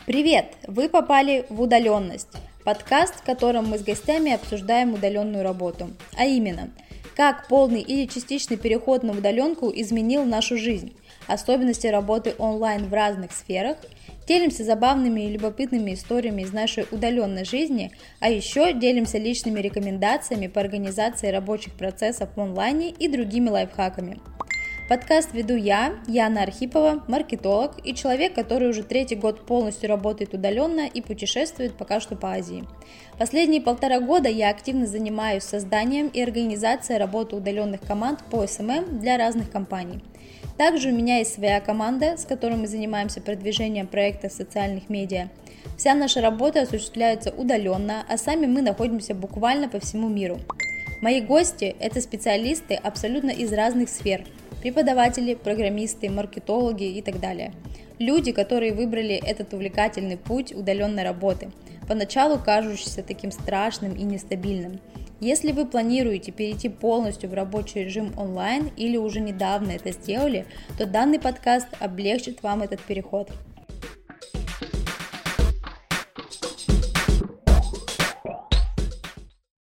Привет! Вы попали в удаленность. Подкаст, в котором мы с гостями обсуждаем удаленную работу. А именно, как полный или частичный переход на удаленку изменил нашу жизнь, особенности работы онлайн в разных сферах, делимся забавными и любопытными историями из нашей удаленной жизни, а еще делимся личными рекомендациями по организации рабочих процессов в онлайне и другими лайфхаками. Подкаст веду я, Яна Архипова, маркетолог и человек, который уже третий год полностью работает удаленно и путешествует пока что по Азии. Последние 1,5 года я активно занимаюсь созданием и организацией работы удаленных команд по SMM для разных компаний. Также у меня есть своя команда, с которой мы занимаемся продвижением проектов в социальных медиа. Вся наша работа осуществляется удаленно, а сами мы находимся буквально по всему миру. Мои гости – это специалисты абсолютно из разных сфер – преподаватели, программисты, маркетологи и так далее. Люди, которые выбрали этот увлекательный путь удаленной работы, поначалу кажущийся таким страшным и нестабильным. Если вы планируете перейти полностью в рабочий режим онлайн или уже недавно это сделали, то данный подкаст облегчит вам этот переход.